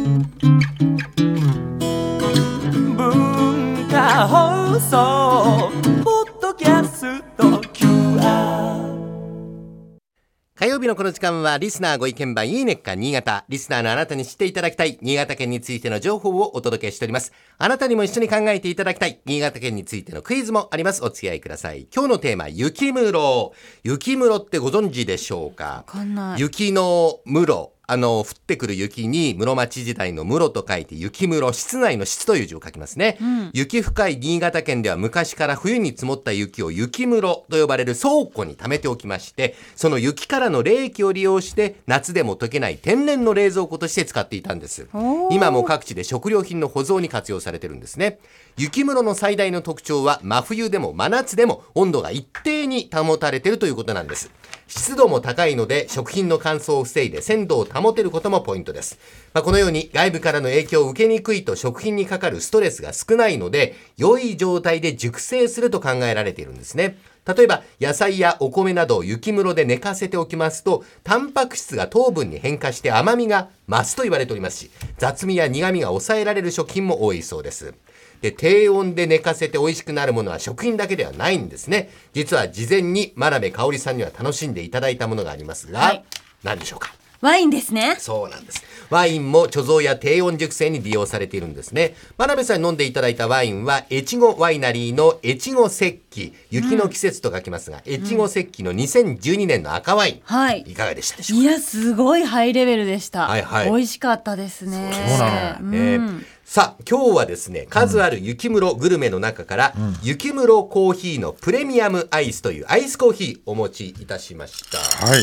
文化放送ポッドキャスト QR。 火曜日のこの時間はリスナーご意見番いいねっか新潟。リスナーのあなたに知っていただきたい新潟県についての情報をお届けしております。あなたにも一緒に考えていただきたい新潟県についてのクイズもあります。お付き合いください。今日のテーマ、雪室。雪室ってご存知でしょうか？ わかんない。 雪の室。降ってくる雪に室町時代の室と書いて雪室、室内の室という字を書きますね、雪深い新潟県では昔から冬に積もった雪を雪室と呼ばれる倉庫に溜めておきまして、その雪からの冷気を利用して夏でも溶けない天然の冷蔵庫として使っていたんです。今も各地で食料品の保存に活用されてるんですね。雪室の最大の特徴は真冬でも真夏でも温度が一定に保たれているということなんです。湿度も高いので食品の乾燥を防いで鮮度を保てることもポイントです。このように外部からの影響を受けにくいと食品にかかるストレスが少ないので良い状態で熟成すると考えられているんですね。例えば野菜やお米などを雪室で寝かせておきますとタンパク質が糖分に変化して甘みが増すと言われておりますし、雑味や苦味が抑えられる食品も多いそうです。で、低温で寝かせて美味しくなるものは食品だけではないんですね。実は事前に真鍋かおりさんには楽しんでいただいたものがありますが、何でしょうか？ ワインですね。 そうなんです。ワインも貯蔵や低温熟成に利用されているんですね。真鍋さんに飲んでいただいたワインは越後ワイナリーの越後雪季、雪の季節と書きますが、越後雪季の2012年の赤ワイン、いかがでしたでしょうか？ いや、すごいハイレベルでした、美味しかったですね。 そうなの、さあ今日はですね、数ある雪室グルメの中から、雪室コーヒーのプレミアムアイスというアイスコーヒーお持ちいたしました。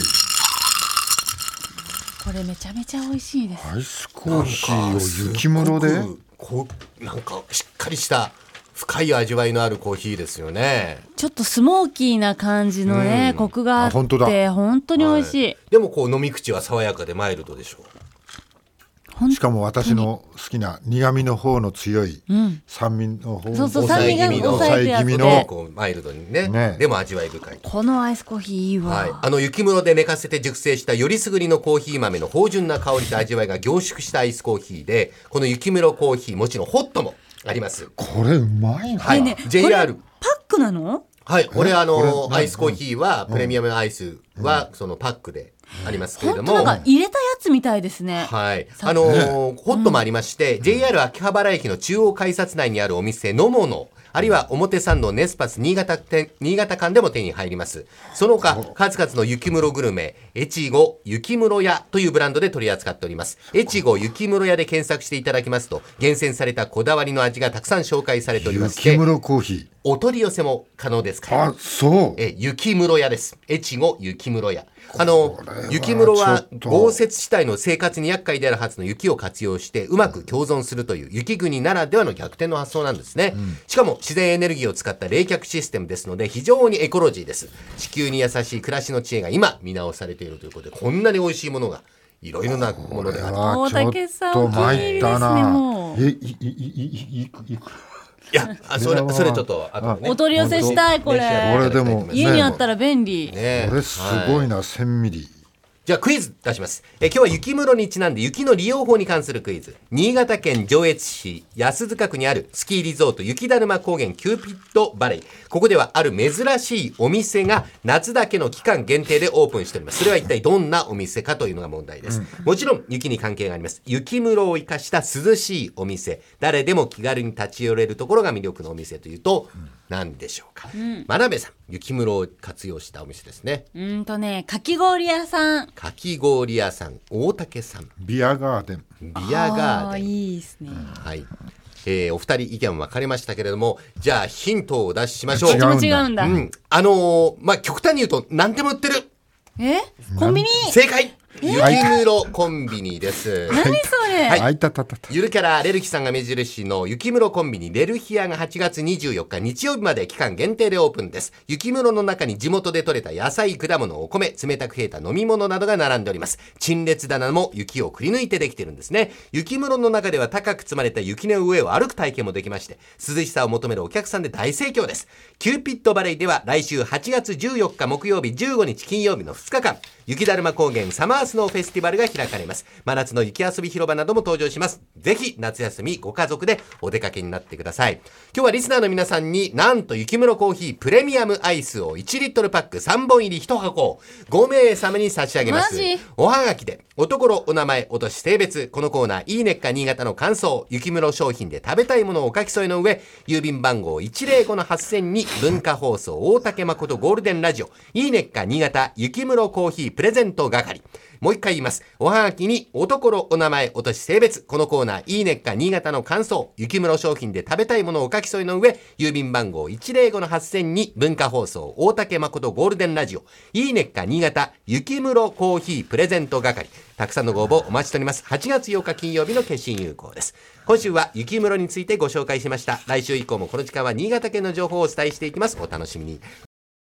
これめちゃめちゃ美味しいです。 アイスコーヒーを雪室でなんかしっかりした深い味わいのあるコーヒーですよね。 ちょっとスモーキーな感じのね、コクがあって本当に美味しい、 でもこう飲み口は爽やかでマイルドでしょう。 しかも私の好きな苦味の方の強い、酸味の方の酸味が抑え気味のこうマイルドに ねでも味わい深い。 このアイスコーヒーいいわ、 雪室で寝かせて熟成したよりすぐりのコーヒー豆の芳醇な香りと味わいが凝縮したアイスコーヒーで、この雪室コーヒーもちろんホットもあります。 これうまいな、 JR パックなの？ 俺アイスコーヒーはプレミアムアイスはそのパックでありますけれども、 本当なんか入れたやつみたいですね。 ホットもありまして、JR 秋葉原駅の中央改札内にあるお店のもの、あるいは表参道ネスパス新潟間でも手に入ります。その他数々の雪室グルメ、越後雪室屋というブランドで取り扱っております。越後雪室屋で検索していただきますと厳選されたこだわりの味がたくさん紹介されておりまして、 雪室コーヒーお取り寄せも可能ですから。雪室屋です。越後雪室屋。雪室は豪雪地帯の生活に厄介であるはずの雪を活用してうまく共存するという雪国ならではの逆転の発想なんですね、しかも自然エネルギーを使った冷却システムですので非常にエコロジーです。地球に優しい暮らしの知恵が今見直されているということで、こんなに美味しいものがいろいろなものである。 大竹さんお気に入りですね。もういや、それちょっとお取り寄せしたい。これでも家にあったら便利、 これすごいな、1000ミリ。 じゃあクイズ出します。今日は雪室にちなんで雪の利用法に関するクイズ。新潟県上越市安塚区にあるスキーリゾート雪だるま高原キューピッドバレー。ここではある珍しいお店が夏だけの期間限定でオープンしております。それは一体どんなお店かというのが問題です。もちろん雪に関係があります。雪室を生かした涼しいお店。誰でも気軽に立ち寄れるところが魅力のお店というと何でしょうか。真鍋さん、雪室を活用したお店ですね。 かき氷屋さん。 かき氷屋さん、大竹さん。 ビアガーデン。 ビアガーデン。 いいですね。 はい。お二人意見分かれましたけれども、じゃあヒントをお出ししましょう。 どっちも違うんだ。 極端に言うと何でも売ってる。 コンビニ。 正解。雪室コンビニです。 何それ。 ゆるキャラレルヒさんが目印の雪室コンビニレルヒアが8月24日日曜日まで期間限定でオープンです。雪室の中に地元で採れた野菜、果物、お米、冷たく冷えた飲み物などが並んでおります。陳列棚も雪をくり抜いてできているんですね。雪室の中では高く積まれた雪の上を歩く体験もできまして、涼しさを求めるお客さんで大盛況です。キューピッドバレーでは来週8月14日木曜日15日金曜日の2日間雪だるま高原サマースノーフェスティバルが開かれます。真夏の雪遊び広場なども登場します。ぜひ夏休みご家族でお出かけになってください。今日はリスナーの皆さんになんと雪室コーヒープレミアムアイスを1リットルパック3本入り1箱を5名様に差し上げます。おはがきでおところ、お名前、お年、性別、このコーナーいいねっか新潟の感想、雪室商品で食べたいものをお書き添えの上、郵便番号 105-8000 に文化放送大竹誠ゴールデンラジオいいねっか新潟雪室コーヒープレゼント係。もう一回言います。おはがきにおところ、お名前、お年、性別、このコーナーいいねっか新潟の感想、雪室商品で食べたいものをお書き添えの上、郵便番号 105-8000 に文化放送大竹誠ゴールデンラジオいいねっか新潟雪室コーヒープレゼント係。たくさんのご応募お待ちしております。8月8日金曜日の決心有効です。今週は雪室についてご紹介しました。来週以降もこの時間は新潟県の情報をお伝えしていきます。お楽しみに。